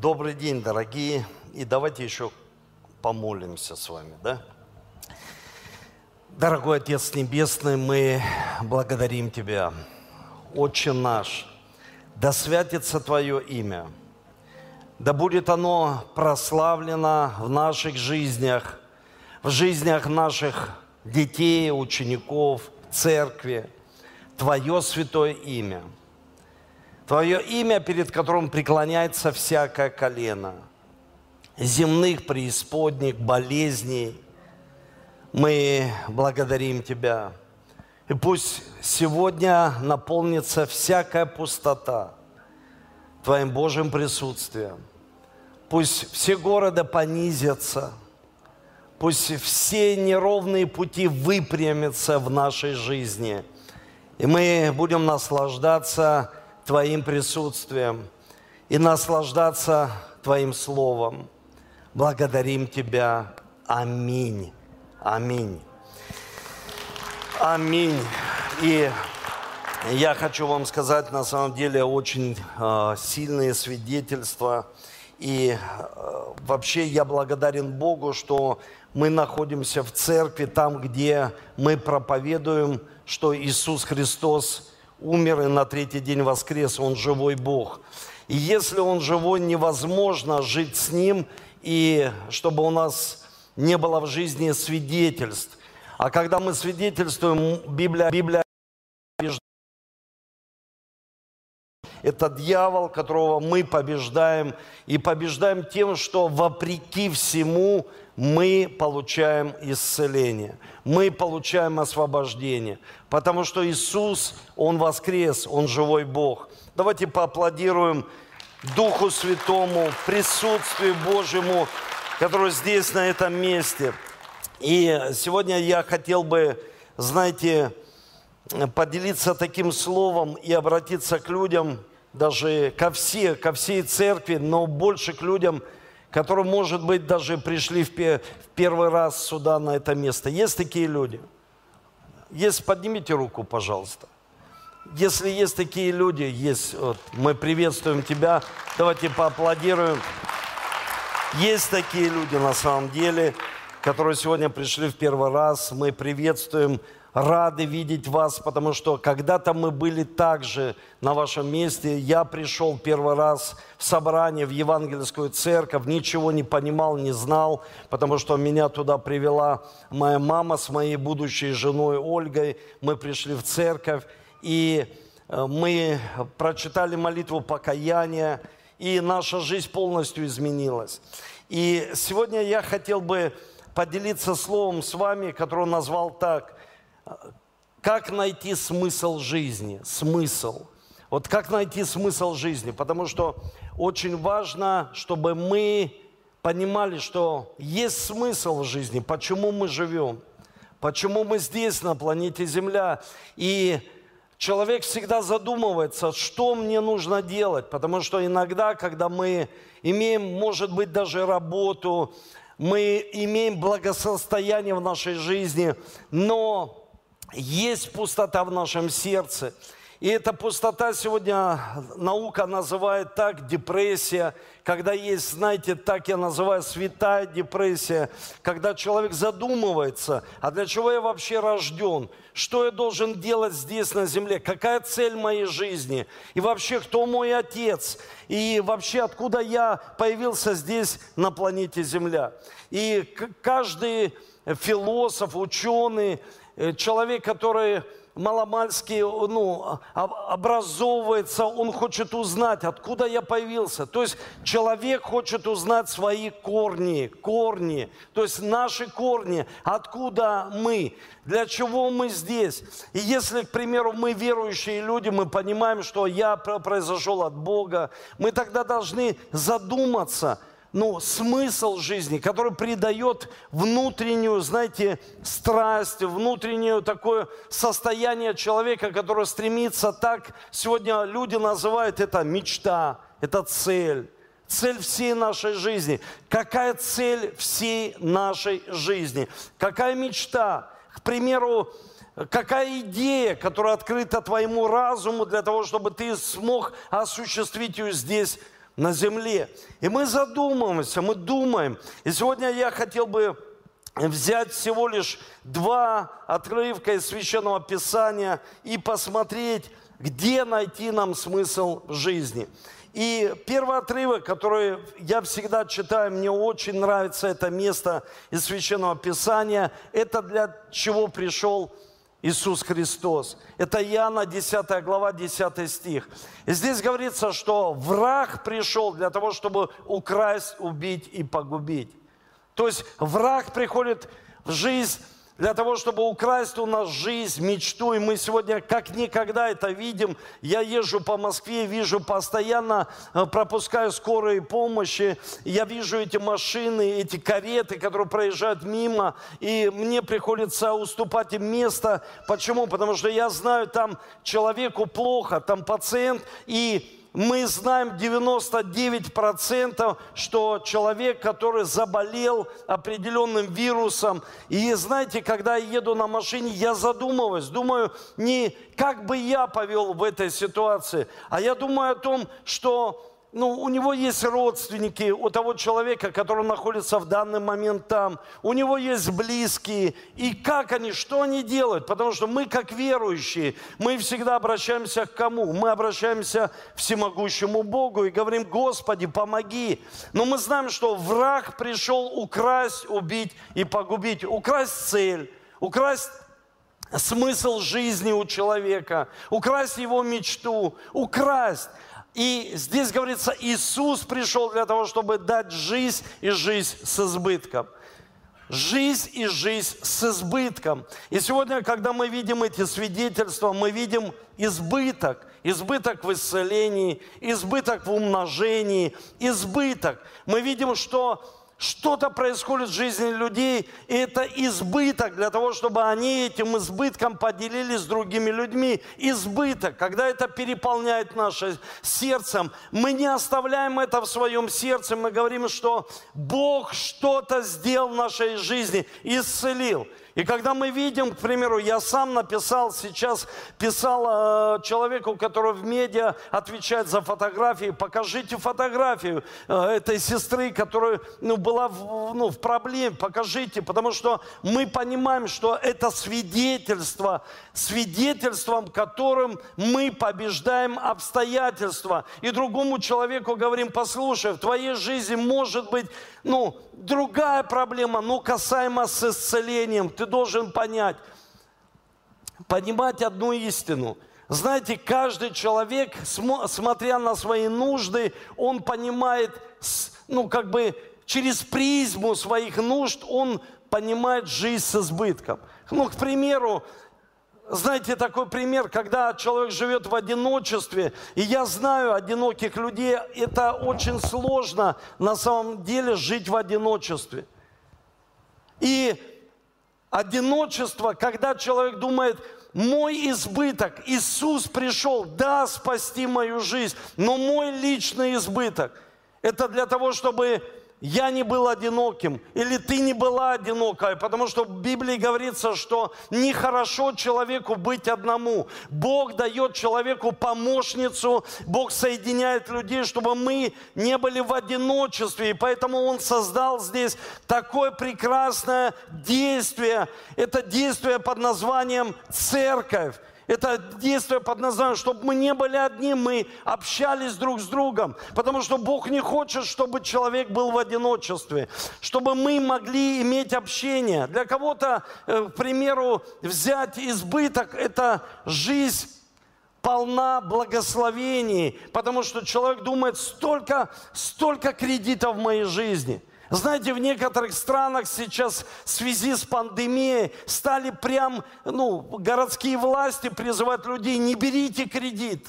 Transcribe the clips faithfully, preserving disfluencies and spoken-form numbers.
Добрый день, дорогие. И давайте еще помолимся с вами, да? Дорогой Отец Небесный, мы благодарим Тебя. Отче наш, да святится Твое имя, да будет оно прославлено в наших жизнях, в жизнях наших детей, учеников, церкви, Твое святое имя. Твое имя, перед которым преклоняется всякое колено, земных, преисподних, болезней. Мы благодарим Тебя. И пусть сегодня наполнится всякая пустота Твоим Божьим присутствием. Пусть все города понизятся, пусть все неровные пути выпрямятся в нашей жизни. И мы будем наслаждаться Твоим присутствием и наслаждаться Твоим Словом. Благодарим Тебя. Аминь. Аминь. Аминь. И я хочу вам сказать, на самом деле, очень э, сильные свидетельства. И э, вообще я благодарен Богу, что мы находимся в церкви, там, где мы проповедуем, что Иисус Христос умер и на третий день воскрес, Он живой Бог. И если Он живой, невозможно жить с Ним, и чтобы у нас не было в жизни свидетельств. А когда мы свидетельствуем, Библия, Библия это дьявол, которого мы побеждаем, и побеждаем тем, что вопреки всему мы получаем исцеление, мы получаем освобождение, потому что Иисус, Он воскрес, Он живой Бог. Давайте поаплодируем Духу Святому, присутствию Божьему, который здесь, на этом месте. И сегодня я хотел бы, знаете, поделиться таким словом и обратиться к людям, даже ко, все, ко всей церкви, но больше к людям, которые, может быть, даже пришли в первый раз сюда, на это место. Есть такие люди? Есть, поднимите руку, пожалуйста. Если есть такие люди, есть, вот, мы приветствуем тебя, давайте поаплодируем. Есть такие люди на самом деле, которые сегодня пришли в первый раз, мы приветствуем, рады видеть вас, потому что когда-то мы были также на вашем месте. Я пришел первый раз в собрание, в евангельскую церковь, ничего не понимал, не знал, потому что меня туда привела моя мама с моей будущей женой Ольгой. Мы пришли в церковь, и мы прочитали молитву покаяния, и наша жизнь полностью изменилась. И сегодня я хотел бы поделиться словом с вами, которое назвал так: как найти смысл жизни? Смысл. Вот как найти смысл жизни? Потому что очень важно, чтобы мы понимали, что есть смысл в жизни, почему мы живем, почему мы здесь, на планете Земля. И человек всегда задумывается, что мне нужно делать, потому что иногда, когда мы имеем, может быть, даже работу, мы имеем благосостояние в нашей жизни, но есть пустота в нашем сердце. И эта пустота сегодня наука называет так, депрессия. Когда есть, знаете, так я называю, святая депрессия. Когда человек задумывается, а для чего я вообще рожден? Что я должен делать здесь на земле? Какая цель моей жизни? И вообще, кто мой отец? И вообще, откуда я появился здесь на планете Земля? И каждый философ, ученый, человек, который маломальски ну, образовывается, он хочет узнать, откуда я появился. То есть человек хочет узнать свои корни, корни, то есть наши корни, откуда мы, для чего мы здесь. И если, к примеру, мы верующие люди, мы понимаем, что я произошел от Бога, мы тогда должны задуматься, ну, смысл жизни, который придает внутреннюю, знаете, страсть, внутреннее такое состояние человека, которое стремится так, сегодня люди называют это мечта, это цель. Цель всей нашей жизни. Какая цель всей нашей жизни? Какая мечта? К примеру, какая идея, которая открыта твоему разуму для того, чтобы ты смог осуществить ее здесь, на земле. И мы задумываемся, мы думаем. И сегодня я хотел бы взять всего лишь два отрывка из Священного Писания и посмотреть, где найти нам смысл в жизни. И первый отрывок, который я всегда читаю, мне очень нравится это место из Священного Писания, это для чего пришел Иисус Христос. Это Иоанна десятая глава, десятый стих. И здесь говорится, что враг пришел для того, чтобы украсть, убить и погубить. То есть враг приходит в жизнь для того, чтобы украсть у нас жизнь, мечту. И мы сегодня как никогда это видим. Я езжу по Москве, вижу постоянно, пропускаю скорые помощи. Я вижу эти машины, эти кареты, которые проезжают мимо. И мне приходится уступать им место. Почему? Потому что я знаю, там человеку плохо, там пациент. И мы знаем девяносто девять процентов, что человек, который заболел определенным вирусом. И знаете, когда я еду на машине, я задумываюсь, думаю, не как бы я повел в этой ситуации, а я думаю о том, что ну, у него есть родственники, у того человека, который находится в данный момент там, у него есть близкие, и как они, что они делают, потому что мы, как верующие, мы всегда обращаемся к кому? Мы обращаемся к всемогущему Богу и говорим: Господи, помоги. Но мы знаем, что враг пришел украсть, убить и погубить, украсть цель, украсть смысл жизни у человека, украсть его мечту, украсть. И здесь говорится, Иисус пришел для того, чтобы дать жизнь и жизнь с избытком. Жизнь и жизнь с избытком. И сегодня, когда мы видим эти свидетельства, мы видим избыток. Избыток в исцелении, избыток в умножении, избыток. Мы видим, что что-то происходит в жизни людей, и это избыток для того, чтобы они этим избытком поделились с другими людьми. Избыток, когда это переполняет наше сердце, мы не оставляем это в своем сердце, мы говорим, что Бог что-то сделал в нашей жизни, исцелил. И когда мы видим, к примеру, я сам написал, сейчас писал э, человеку, который в медиа отвечает за фотографии, покажите фотографию э, этой сестры, которая ну, была в, ну, в проблеме, покажите, потому что мы понимаем, что это свидетельство, свидетельством, которым мы побеждаем обстоятельства. И другому человеку говорим: послушай, в твоей жизни может быть ну, другая проблема, но касаемо с исцелением. Ты должен понять, понимать одну истину. Знаете, каждый человек, смотря на свои нужды, он понимает, ну, как бы через призму своих нужд, он понимает жизнь с избытком. Ну, к примеру, знаете, такой пример, когда человек живет в одиночестве, и я знаю одиноких людей, это очень сложно на самом деле жить в одиночестве. И одиночество, когда человек думает: мой избыток, Иисус пришел, да, спасти мою жизнь, но мой личный избыток, это для того, чтобы я не был одиноким, или ты не была одинокой, потому что в Библии говорится, что нехорошо человеку быть одному. Бог дает человеку помощницу, Бог соединяет людей, чтобы мы не были в одиночестве, и поэтому Он создал здесь такое прекрасное действие. Это действие под названием церковь. Это действие под названием, чтобы мы не были одни, мы общались друг с другом. Потому что Бог не хочет, чтобы человек был в одиночестве. Чтобы мы могли иметь общение. Для кого-то, к примеру, взять избыток – это жизнь полна благословений. Потому что человек думает: столько, столько кредитов в моей жизни. Знаете, в некоторых странах сейчас в связи с пандемией стали прям, ну, городские власти призывать людей: не берите кредит.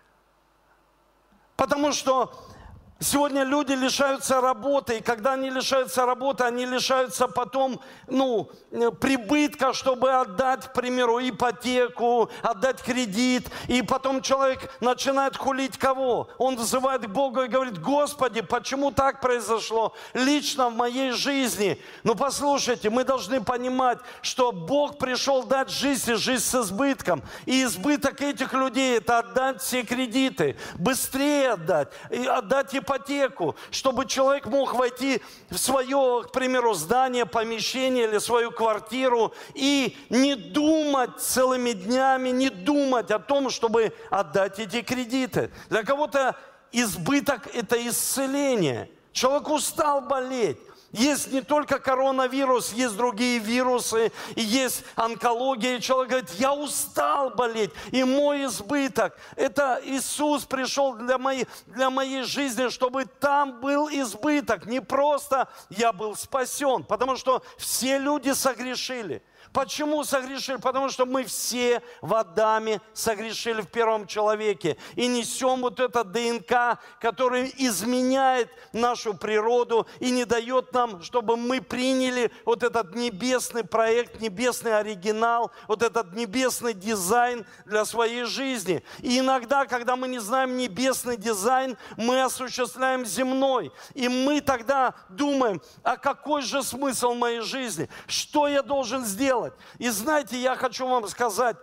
Потому что сегодня люди лишаются работы, и когда они лишаются работы, они лишаются потом, ну, прибытка, чтобы отдать, к примеру, ипотеку, отдать кредит. И потом человек начинает хулить кого? Он взывает к Богу и говорит: Господи, почему так произошло лично в моей жизни? Но послушайте, мы должны понимать, что Бог пришел дать жизнь и жизнь с избытком. И избыток этих людей – это отдать все кредиты, быстрее отдать, и отдать ипотеку, ипотеку, чтобы человек мог войти в свое, к примеру, здание, помещение или свою квартиру и не думать целыми днями, не думать о том, чтобы отдать эти кредиты. Для кого-то избыток – это исцеление. Человек устал болеть. Есть не только коронавирус, есть другие вирусы, и есть онкология. И человек говорит, я устал болеть, и мой избыток. Это Иисус пришел для моей, для моей жизни, чтобы там был избыток. Не просто я был спасен, потому что все люди согрешили. Почему согрешили? Потому что мы все в Адаме согрешили в первом человеке. И несем вот это ДНК, который изменяет нашу природу и не дает нам, чтобы мы приняли вот этот небесный проект, небесный оригинал, вот этот небесный дизайн для своей жизни. И иногда, когда мы не знаем небесный дизайн, мы осуществляем земной. И мы тогда думаем, а какой же смысл моей жизни? Что я должен сделать? И знаете, я хочу вам сказать,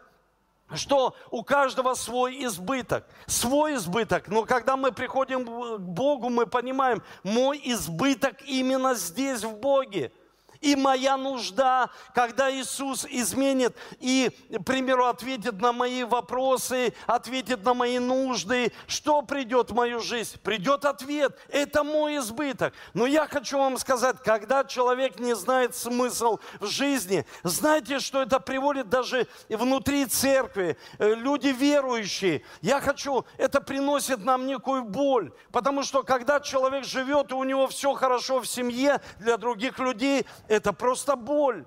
что у каждого свой избыток, свой избыток. Но когда мы приходим к Богу, мы понимаем, мой избыток именно здесь, в Боге. И моя нужда, когда Иисус изменит и, к примеру, ответит на мои вопросы, ответит на мои нужды, что придет в мою жизнь? Придет ответ. Это мой избыток. Но я хочу вам сказать, когда человек не знает смысл в жизни, знаете, что это приводит даже внутри церкви, люди верующие. Я хочу, это приносит нам некую боль, потому что когда человек живет, и у него все хорошо в семье, для других людей это просто боль.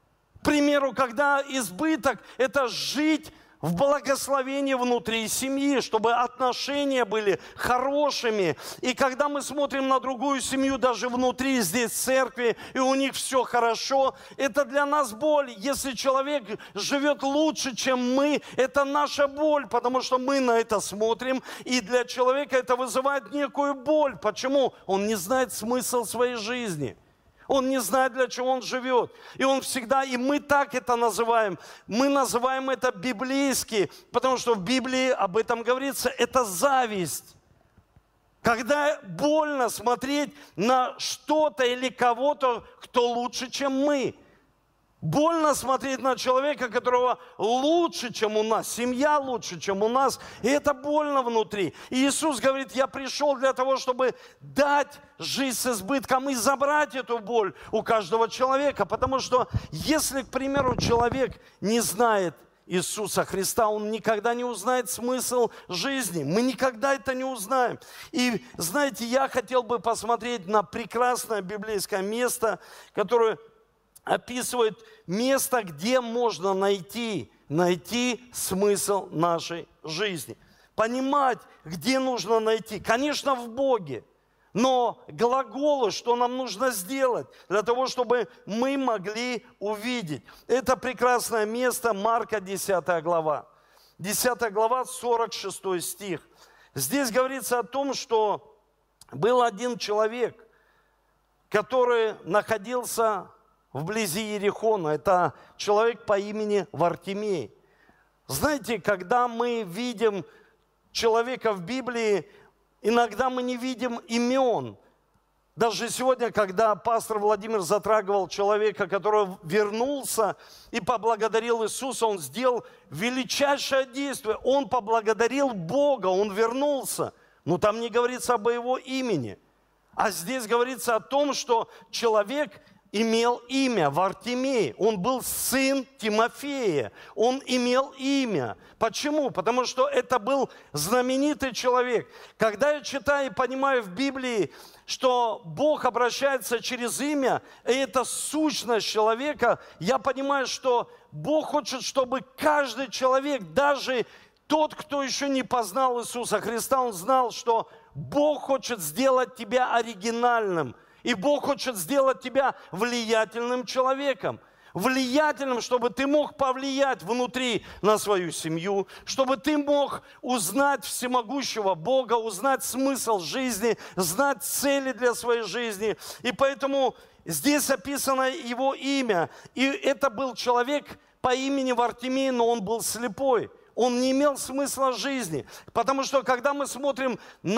К примеру, когда избыток – это жить в благословении внутри семьи, чтобы отношения были хорошими. И когда мы смотрим на другую семью, даже внутри здесь церкви, и у них все хорошо, это для нас боль. Если человек живет лучше, чем мы, это наша боль, потому что мы на это смотрим, и для человека это вызывает некую боль. Почему? Он не знает смысл своей жизни. Он не знает, для чего он живет. И он всегда, и мы так это называем. Мы называем это библейски, потому что в Библии об этом говорится. Это зависть. Когда больно смотреть на что-то или кого-то, кто лучше, чем мы. Больно смотреть на человека, которого лучше, чем у нас, семья лучше, чем у нас, и это больно внутри. И Иисус говорит, я пришел для того, чтобы дать жизнь с избытком и забрать эту боль у каждого человека, потому что если, к примеру, человек не знает Иисуса Христа, он никогда не узнает смысл жизни. Мы никогда это не узнаем. И, знаете, я хотел бы посмотреть на прекрасное библейское место, которое описывает место, где можно найти, найти смысл нашей жизни. Понимать, где нужно найти. Конечно, в Боге. Но глаголы, что нам нужно сделать для того, чтобы мы могли увидеть. Это прекрасное место, Марка, десятая глава. десятая глава, сорок шестой стих. Здесь говорится о том, что был один человек, который находился вблизи Иерихона. Это человек по имени Вартимей. Знаете, когда мы видим человека в Библии, иногда мы не видим имен. Даже сегодня, когда пастор Владимир затрагивал человека, который вернулся и поблагодарил Иисуса, он сделал величайшее действие. Он поблагодарил Бога, он вернулся. Но там не говорится об его имени. А здесь говорится о том, что человек имел имя Вартимей. Он был сын Тимофея. Он имел имя. Почему? Потому что это был знаменитый человек. Когда я читаю и понимаю в Библии, что Бог обращается через имя, и это сущность человека, я понимаю, что Бог хочет, чтобы каждый человек, даже тот, кто еще не познал Иисуса Христа, он знал, что Бог хочет сделать тебя оригинальным. И Бог хочет сделать тебя влиятельным человеком. Влиятельным, чтобы ты мог повлиять внутри на свою семью, чтобы ты мог узнать всемогущего Бога, узнать смысл жизни, знать цели для своей жизни. И поэтому здесь описано его имя. И это был человек по имени Вартимей, но он был слепой. он не имел смысла жизни. Потому что, когда мы смотрим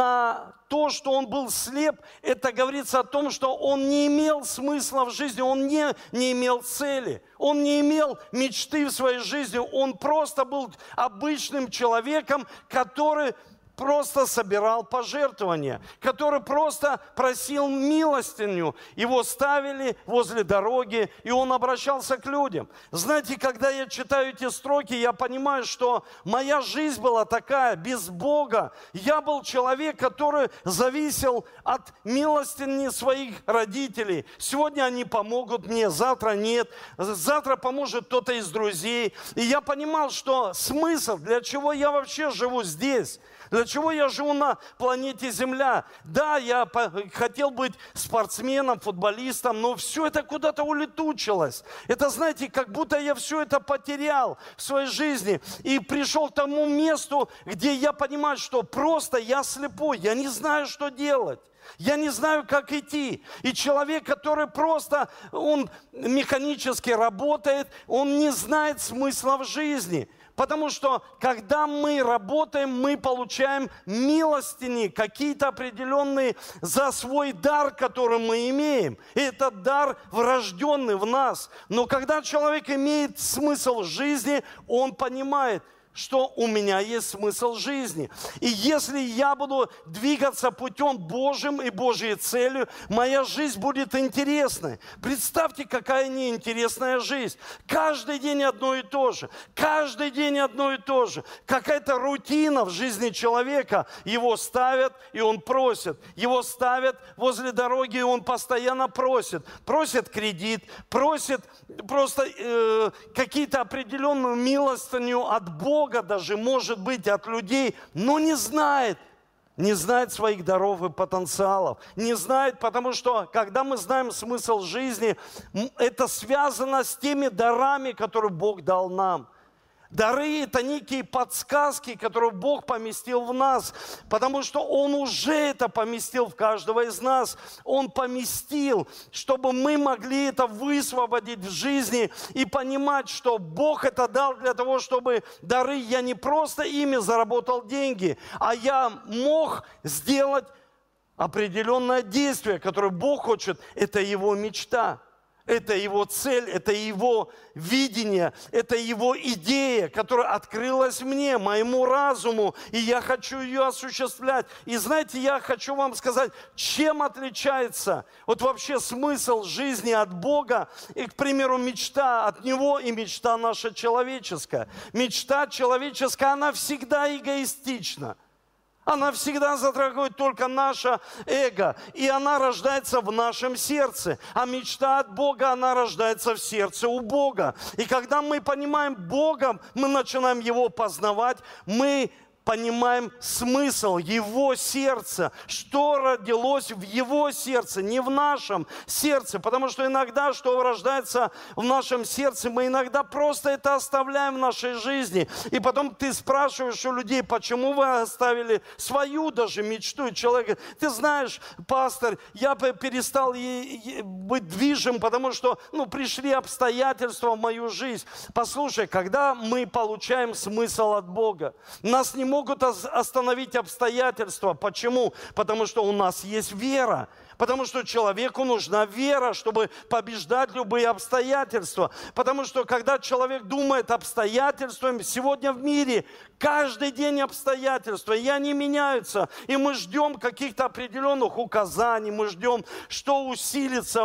на то, что он был слеп, это говорится о том, что он не имел смысла в жизни, он не, не имел цели, он не имел мечты в своей жизни, он просто был обычным человеком, который просто собирал пожертвования, который просто просил милостыню. Его ставили возле дороги, и он обращался к людям. Знаете, когда я читаю эти строки, я понимаю, что моя жизнь была такая, без Бога. Я был человек, который зависел от милостыни своих родителей. Сегодня они помогут мне, завтра нет. Завтра поможет кто-то из друзей. И я понимал, что смысл, для чего я вообще живу здесь, для чего я живу на планете Земля? Да, я хотел быть спортсменом, футболистом, но все это куда-то улетучилось. Это, знаете, как будто я все это потерял в своей жизни. И пришел к тому месту, где я понимаю, что просто я слепой, я не знаю, что делать. Я не знаю, как идти. И человек, который просто, он механически работает, он не знает смысла в жизни. Потому что, когда мы работаем, мы получаем милостыни, какие-то определенные за свой дар, который мы имеем. И этот дар врожденный в нас. Но когда человек имеет смысл жизни, он понимает, что у меня есть смысл жизни. И если я буду двигаться путем Божьим и Божьей целью, моя жизнь будет интересной. Представьте, какая неинтересная жизнь. Каждый день одно и то же. Каждый день одно и то же. Какая-то рутина в жизни человека. Его ставят, и он просит. Его ставят возле дороги, и он постоянно просит. Просит кредит, просит просто э, какие-то определенную милостыню от Бога, даже, может быть, от людей, но не знает, не знает своих даров и потенциалов. Не знает, потому что, когда мы знаем смысл жизни, это связано с теми дарами, которые Бог дал нам. Дары – это некие подсказки, которые Бог поместил в нас, потому что Он уже это поместил в каждого из нас. Он поместил, чтобы мы могли это высвободить в жизни и понимать, что Бог это дал для того, чтобы дары, я не просто ими заработал деньги, а я мог сделать определенное действие, которое Бог хочет, это Его мечта. Это Его цель, это Его видение, это Его идея, которая открылась мне, моему разуму, и я хочу ее осуществлять. И знаете, я хочу вам сказать, чем отличается вот вообще смысл жизни от Бога и, к примеру, мечта от Него и мечта наша человеческая. Мечта человеческая, она всегда эгоистична. Она всегда затрагивает только наше эго, и она рождается в нашем сердце. А мечта от Бога, она рождается в сердце у Бога. И когда мы понимаем Бога, мы начинаем Его познавать, мы понимаем смысл Его сердца, что родилось в Его сердце, не в нашем сердце. Потому что иногда, что рождается в нашем сердце, мы иногда просто это оставляем в нашей жизни. И потом ты спрашиваешь у людей, почему вы оставили свою даже мечту. И человек говорит, ты знаешь, пастор, я перестал быть движим, потому что ну, пришли обстоятельства в мою жизнь. Послушай, когда мы получаем смысл от Бога, нас не могут остановить обстоятельства. Почему? Потому что у нас есть вера. Потому что человеку нужна вера, чтобы побеждать любые обстоятельства. Потому что когда человек думает обстоятельствами, сегодня в мире каждый день обстоятельства, и они меняются. И мы ждем каких-то определенных указаний, мы ждем, что усилится,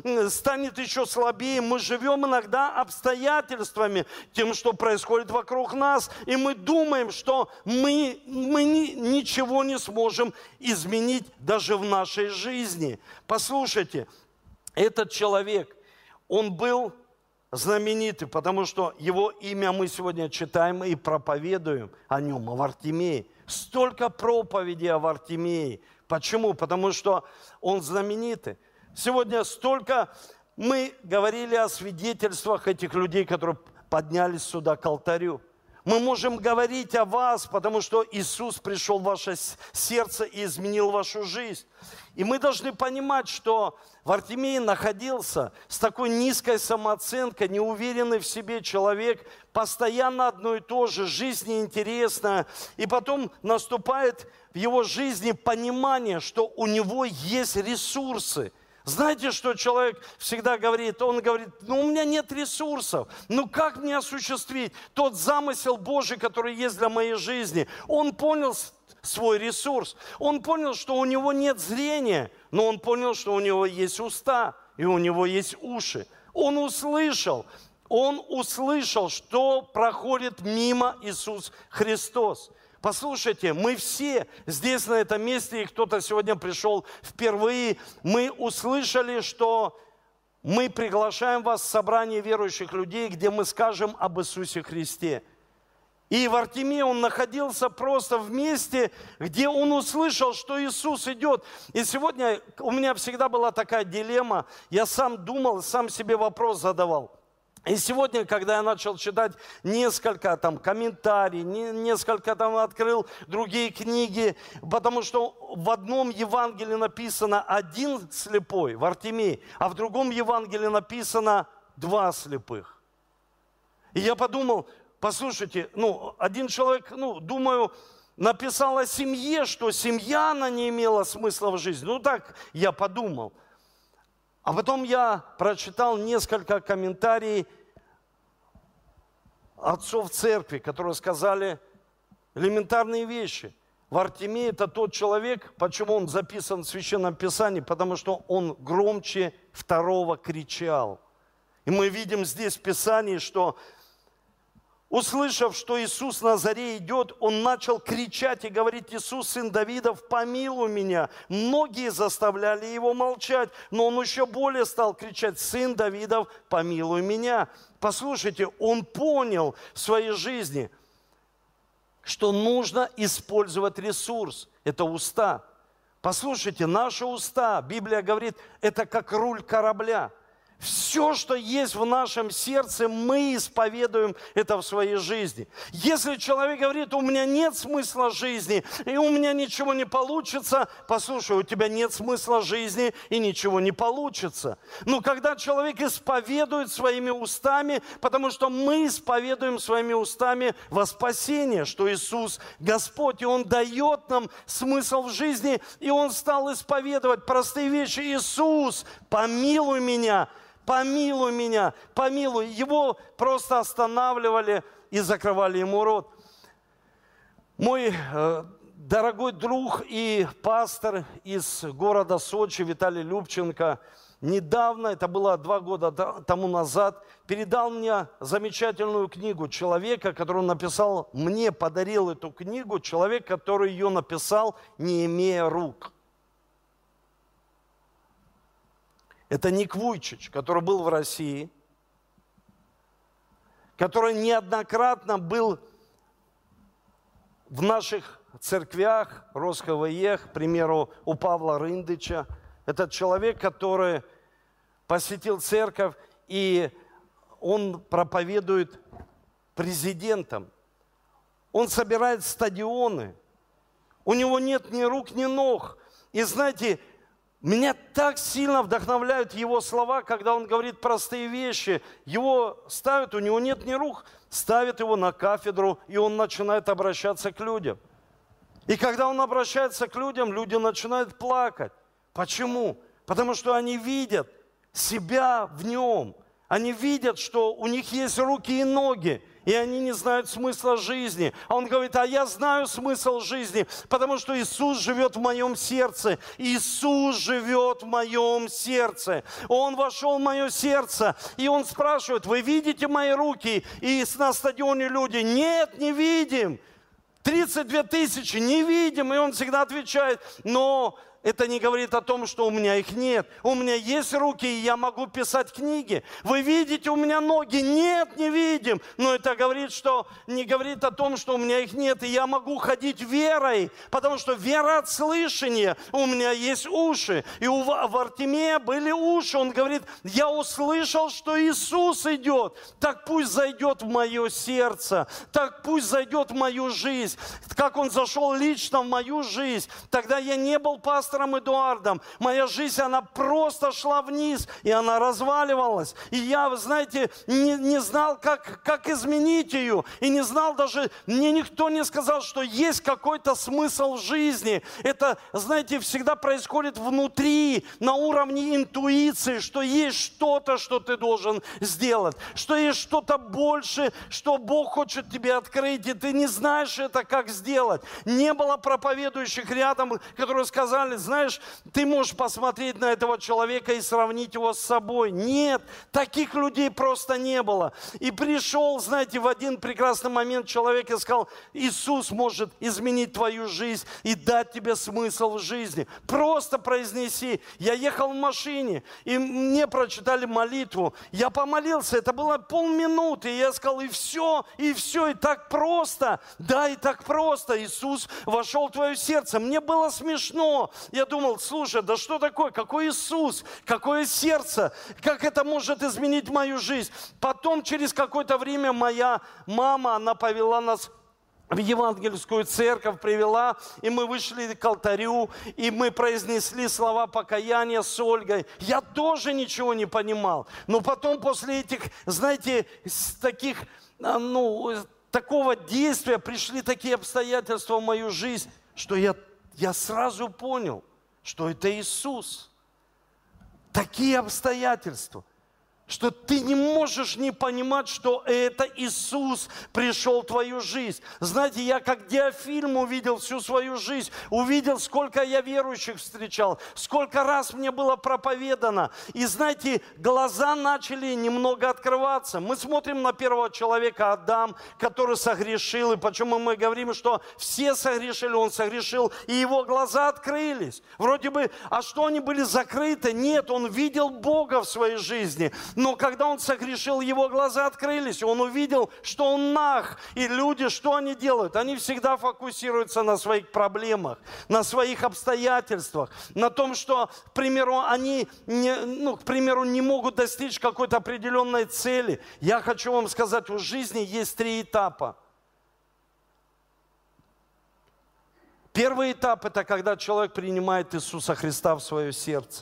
станет еще слабее. Мы живем иногда обстоятельствами, тем, что происходит вокруг нас. И мы думаем, что мы, мы ни, ничего не сможем изменить даже в нашей жизни. Послушайте, этот человек, он был знаменитый, потому что его имя мы сегодня читаем и проповедуем о нем, о Вартимее. Столько проповедей о Вартимее. Почему? Потому что он знаменитый. Сегодня столько мы говорили о свидетельствах этих людей, которые поднялись сюда к алтарю. Мы можем говорить о вас, потому что Иисус пришел в ваше сердце и изменил вашу жизнь. И мы должны понимать, что Вартимей находился с такой низкой самооценкой, неуверенный в себе человек, постоянно одно и то же, жизнь неинтересная. И потом наступает в его жизни понимание, что у него есть ресурсы. Знаете, что человек всегда говорит? Он говорит, ну у меня нет ресурсов, ну как мне осуществить тот замысел Божий, который есть для моей жизни? Он понял свой ресурс, он понял, что у него нет зрения, но он понял, что у него есть уста и у него есть уши. Он услышал, он услышал, что проходит мимо Иисус Христос. Послушайте, мы все здесь, на этом месте, и кто-то сегодня пришел впервые, мы услышали, что мы приглашаем вас в собрание верующих людей, где мы скажем об Иисусе Христе. И Вартимей, он находился просто в месте, где он услышал, что Иисус идет. И сегодня у меня всегда была такая дилемма, я сам думал, сам себе вопрос задавал. И сегодня, когда я начал читать несколько там комментариев, несколько там открыл другие книги, потому что в одном Евангелии написано один слепой, Вартимей, а в другом Евангелии написано два слепых. И я подумал, послушайте, ну, один человек, ну, думаю, написал о семье, что семья, она не имела смысла в жизни. Ну, так я подумал. А потом я прочитал несколько комментариев отцов церкви, которые сказали элементарные вещи. Вартимей – это тот человек, почему он записан в Священном Писании, потому что он громче второго кричал. И мы видим здесь в Писании, что услышав, что Иисус на заре идет, он начал кричать и говорить: «Иисус, сын Давидов, помилуй меня». Многие заставляли его молчать, но он еще более стал кричать: «Сын Давидов, помилуй меня». Послушайте, он понял в своей жизни, что нужно использовать ресурс. Это уста. Послушайте, наши уста, Библия говорит, это как руль корабля. Все, что есть в нашем сердце, мы исповедуем это в своей жизни. Если человек говорит: у меня нет смысла жизни, и у меня ничего не получится, послушай, у тебя нет смысла жизни, и ничего не получится. Но когда человек исповедует своими устами, потому что мы исповедуем своими устами во спасение, что Иисус Господь, и Он дает нам смысл в жизни, и Он стал исповедовать простые вещи: «Иисус, помилуй меня». Помилуй меня, помилуй. Его просто останавливали и закрывали ему рот. Мой э, дорогой друг и пастор из города Сочи Виталий Любченко недавно, это было два года тому назад, передал мне замечательную книгу человека, который он написал, мне подарил эту книгу, человек, который ее написал, не имея рук. Это Ник Вуйчич, который был в России, который неоднократно был в наших церквях, РосХВЕх, к примеру, у Павла Рындыча. Этот человек, который посетил церковь, и он проповедует президентам. Он собирает стадионы. У него нет ни рук, ни ног. И знаете, меня так сильно вдохновляют его слова, когда он говорит простые вещи. Его ставят, у него нет ни рук, ставят его на кафедру, и он начинает обращаться к людям. И когда он обращается к людям, люди начинают плакать. Почему? Потому что они видят себя в нем. Они видят, что у них есть руки и ноги, и они не знают смысла жизни. А он говорит: а я знаю смысл жизни, потому что Иисус живет в моем сердце. Иисус живет в моем сердце. Он вошел в мое сердце, и он спрашивает: вы видите мои руки? И на стадионе люди: нет, не видим. тридцать две тысячи, не видим. И он всегда отвечает: но это не говорит о том, что у меня их нет. У меня есть руки, и я могу писать книги. Вы видите у меня ноги? Нет, не видим. Но это говорит, что, не говорит о том, что у меня их нет, и я могу ходить верой, потому что вера от слышания. У меня есть уши. И у Вартимея были уши. Он говорит, я услышал, что Иисус идет. Так пусть зайдет в мое сердце. Так пусть зайдет в мою жизнь. Как он зашел лично в мою жизнь. Тогда я не был пастором Эдуардом. Моя жизнь, она просто шла вниз, и она разваливалась. И я, вы знаете, не, не знал, как, как изменить ее. И не знал даже, мне никто не сказал, что есть какой-то смысл в жизни. Это, знаете, всегда происходит внутри, на уровне интуиции, что есть что-то, что ты должен сделать. Что есть что-то больше, что Бог хочет тебе открыть, и ты не знаешь это, как сделать. Не было проповедующих рядом, которые сказали, знаешь, ты можешь посмотреть на этого человека и сравнить его с собой. Нет, таких людей просто не было. И пришел, знаете, в один прекрасный момент человек и сказал, Иисус может изменить твою жизнь и дать тебе смысл в жизни. Просто произнеси. Я ехал в машине, и мне прочитали молитву. Я помолился, это было полминуты, и я сказал, и все, и все, и так просто. Да, и так просто. Иисус вошел в твое сердце. Мне было смешно. Я думал, слушай, да что такое? Какой Иисус? Какое сердце? Как это может изменить мою жизнь? Потом, через какое-то время, моя мама, она повела нас в евангельскую церковь, привела, и мы вышли к алтарю, и мы произнесли слова покаяния с Ольгой. Я тоже ничего не понимал. Но потом, после этих, знаете, таких, ну, такого действия, пришли такие обстоятельства в мою жизнь, что я, я сразу понял, что это Иисус. Такие обстоятельства, что ты не можешь не понимать, что это Иисус пришел в твою жизнь. Знаете, я как диафильм увидел всю свою жизнь, увидел, сколько я верующих встречал, сколько раз мне было проповедано. И знаете, глаза начали немного открываться. Мы смотрим на первого человека, Адам, который согрешил. И почему мы говорим, что все согрешили, он согрешил, и его глаза открылись. Вроде бы, а что они были закрыты? Нет, он видел Бога в своей жизни. Но когда он согрешил, его глаза открылись, он увидел, что он наг. И люди, что они делают? Они всегда фокусируются на своих проблемах, на своих обстоятельствах, на том, что, к примеру, они, не, ну, к примеру, не могут достичь какой-то определенной цели. Я хочу вам сказать, в жизни есть три этапа. Первый этап – это когда человек принимает Иисуса Христа в свое сердце.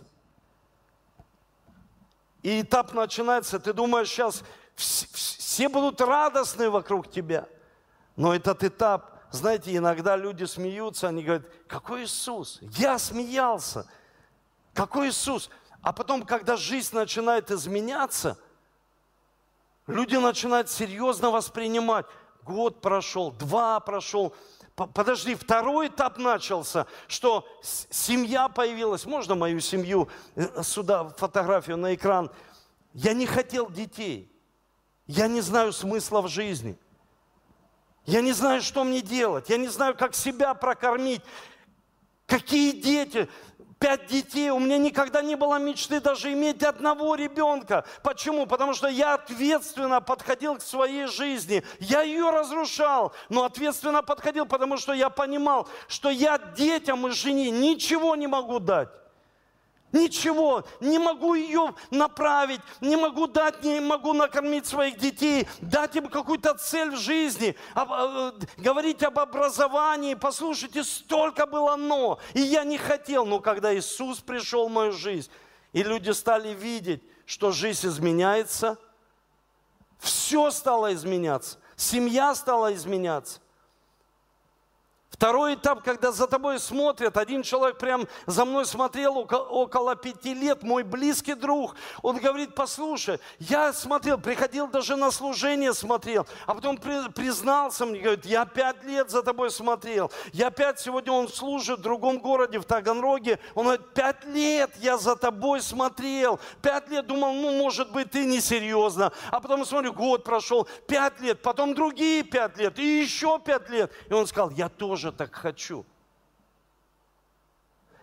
И этап начинается, ты думаешь, сейчас все будут радостны вокруг тебя. Но этот этап, знаете, иногда люди смеются, они говорят, какой Иисус? Я смеялся. Какой Иисус? А потом, когда жизнь начинает изменяться, люди начинают серьезно воспринимать. Год прошел, два прошел. Подожди, второй этап начался, что семья появилась. Можно мою семью сюда, фотографию на экран? Я не хотел детей. Я не знаю смысла в жизни. Я не знаю, что мне делать. Я не знаю, как себя прокормить. Какие дети? Пять детей. У меня никогда не было мечты даже иметь одного ребенка. Почему? Потому что я ответственно подходил к своей жизни. Я ее разрушал, но ответственно подходил, потому что я понимал, что я детям и жене ничего не могу дать. Ничего, не могу ее направить, не могу дать, не могу накормить своих детей, дать им какую-то цель в жизни, об, э, говорить об образовании. Послушайте, столько было «но», и я не хотел. Но когда Иисус пришел в мою жизнь, и люди стали видеть, что жизнь изменяется, все стало изменяться, семья стала изменяться. Второй этап, когда за тобой смотрят, один человек прям за мной смотрел около, около пяти лет, мой близкий друг, он говорит, послушай, я смотрел, приходил даже на служение смотрел, а потом при, признался мне, говорит, я пять лет за тобой смотрел, я пять, сегодня он служит в другом городе, в Таганроге, он говорит, пять лет я за тобой смотрел, пять лет думал, ну, может быть, ты несерьезно, а потом смотрю, год прошел, пять лет, потом другие пять лет, и еще пять лет, и он сказал, я тоже так хочу.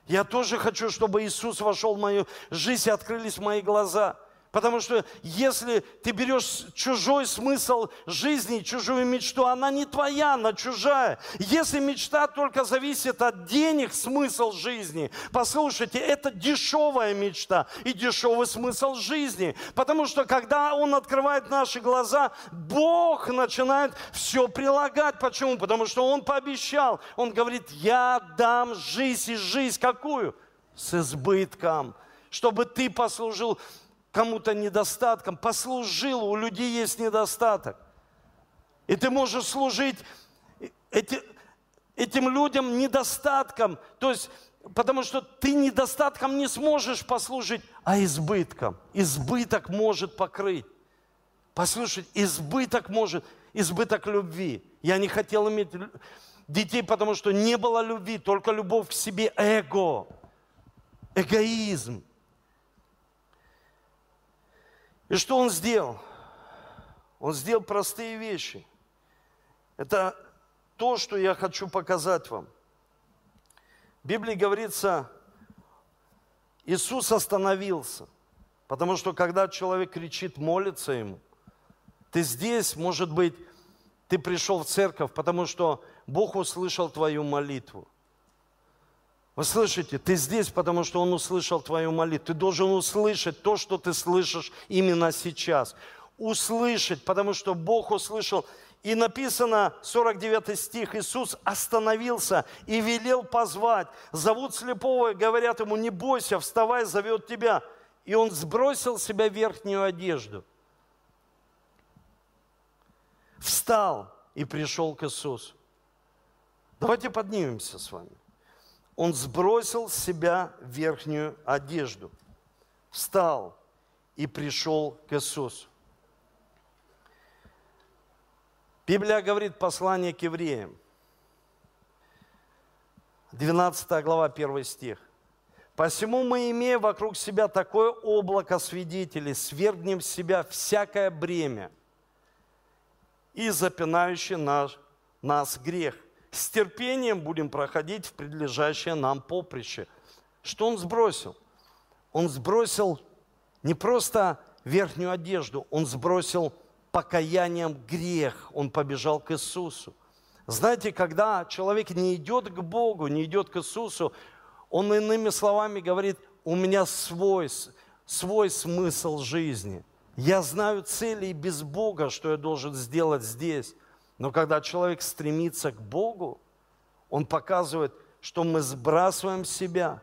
Я тоже хочу, чтобы Иисус вошел в мою жизнь и открылись мои глаза. Потому что если ты берешь чужой смысл жизни, чужую мечту, она не твоя, она чужая. Если мечта только зависит от денег, смысл жизни, послушайте, это дешевая мечта и дешевый смысл жизни. Потому что когда Он открывает наши глаза, Бог начинает все прилагать. Почему? Потому что Он пообещал. Он говорит, я дам жизнь, и жизнь какую? С избытком. Чтобы ты послужил кому-то недостатком, послужил, у людей есть недостаток. И ты можешь служить эти, этим людям недостатком, то есть, потому что ты недостатком не сможешь послужить, а избытком. Избыток может покрыть. Послушайте, избыток может, избыток любви. Я не хотел иметь детей, потому что не было любви, только любовь к себе, эго, эгоизм. И что Он сделал? Он сделал простые вещи. Это то, что я хочу показать вам. В Библии говорится, Иисус остановился, потому что когда человек кричит, молится Ему, ты здесь, может быть, ты пришел в церковь, потому что Бог услышал твою молитву. Вы слышите, ты здесь, потому что Он услышал твою молитву. Ты должен услышать то, что ты слышишь именно сейчас. Услышать, потому что Бог услышал. И написано, сорок девятый стих, Иисус остановился и велел позвать. Зовут слепого и говорят ему, не бойся, вставай, зовет тебя. И он сбросил с себя верхнюю одежду. Встал и пришел к Иисусу. Давайте поднимемся с вами. Он сбросил с себя верхнюю одежду, встал и пришел к Иисусу. Библия говорит, послание к евреям, двенадцатая глава, первый стих. «Посему мы, имея вокруг себя такое облако свидетелей, свергнем с себя всякое бремя и запинающий наш, нас грех. С терпением будем проходить в предлежащее нам поприще». Что Он сбросил? Он сбросил не просто верхнюю одежду, Он сбросил покаянием грех. Он побежал к Иисусу. Знаете, когда человек не идет к Богу, не идет к Иисусу, он иными словами говорит, у меня свой, свой смысл жизни. Я знаю цели и без Бога, что я должен сделать здесь. Но когда человек стремится к Богу, он показывает, что мы сбрасываем себя.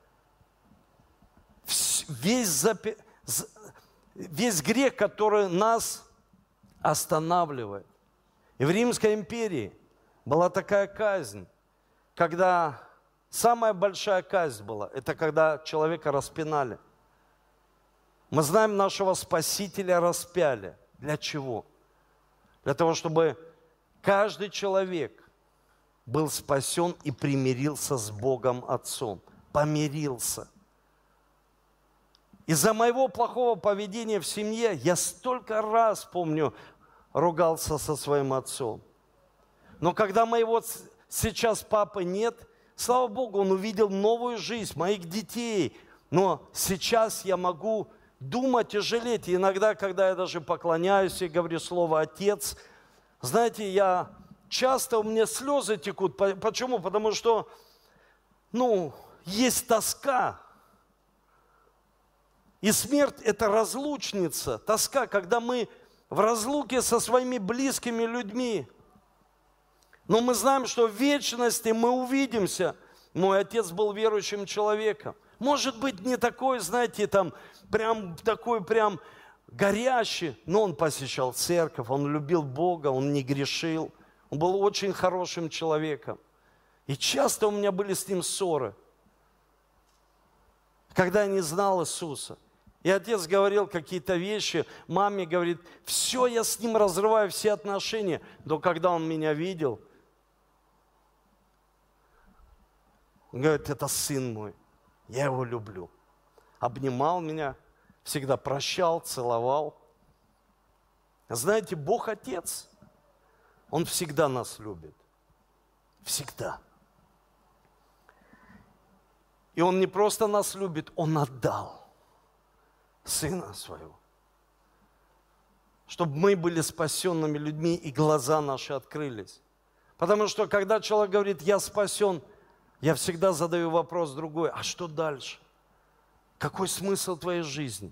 Весь, запи... весь грех, который нас останавливает. И в Римской империи была такая казнь, когда самая большая казнь была, это когда человека распинали. Мы знаем, нашего Спасителя распяли. Для чего? Для того, чтобы каждый человек был спасен и примирился с Богом Отцом. Помирился. Из-за моего плохого поведения в семье я столько раз, помню, ругался со своим отцом. Но когда моего сейчас папы нет, слава Богу, он увидел новую жизнь моих детей. Но сейчас я могу думать и жалеть. И иногда, когда я даже поклоняюсь и говорю слово «Отец», знаете, я часто у меня слезы текут. Почему? Потому что, ну, есть тоска. И смерть – это разлучница, тоска, когда мы в разлуке со своими близкими людьми. Но мы знаем, что в вечности мы увидимся. Мой отец был верующим человеком. Может быть, не такой, знаете, там, прям такой прям горящий, но он посещал церковь, он любил Бога, он не грешил. Он был очень хорошим человеком. И часто у меня были с ним ссоры, когда я не знал Иисуса. И отец говорил какие-то вещи, маме говорит, все, я с ним разрываю все отношения. Но когда он меня видел, он говорит, это сын мой, я его люблю. Обнимал меня, всегда прощал, целовал. Знаете, Бог Отец, Он всегда нас любит. Всегда. И Он не просто нас любит, Он отдал Сына Своего, чтобы мы были спасенными людьми, и глаза наши открылись. Потому что, когда человек говорит, я спасен, я всегда задаю вопрос другой, а что дальше? Какой смысл твоей жизни?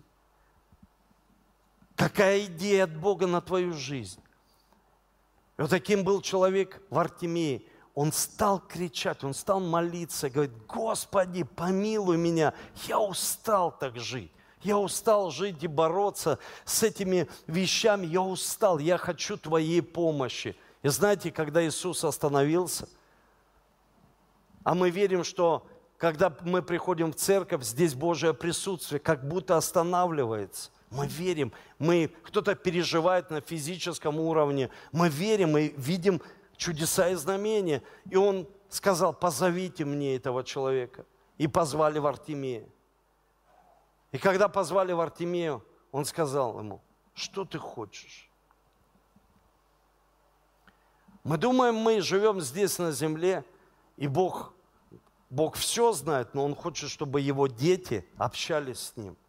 Какая идея от Бога на твою жизнь? И вот таким был человек Вартимей. Он стал кричать, он стал молиться, говорит, Господи, помилуй меня, я устал так жить. Я устал жить и бороться с этими вещами, я устал, я хочу Твоей помощи. И знаете, когда Иисус остановился, а мы верим, что когда мы приходим в церковь, здесь Божье присутствие как будто останавливается. Мы верим, мы, кто-то переживает на физическом уровне, мы верим и видим чудеса и знамения. И он сказал, позовите мне этого человека. И позвали Вартимея. И когда позвали Вартимея, он сказал ему, что ты хочешь? Мы думаем, мы живем здесь на земле, и Бог, Бог все знает, но Он хочет, чтобы Его дети общались с Ним.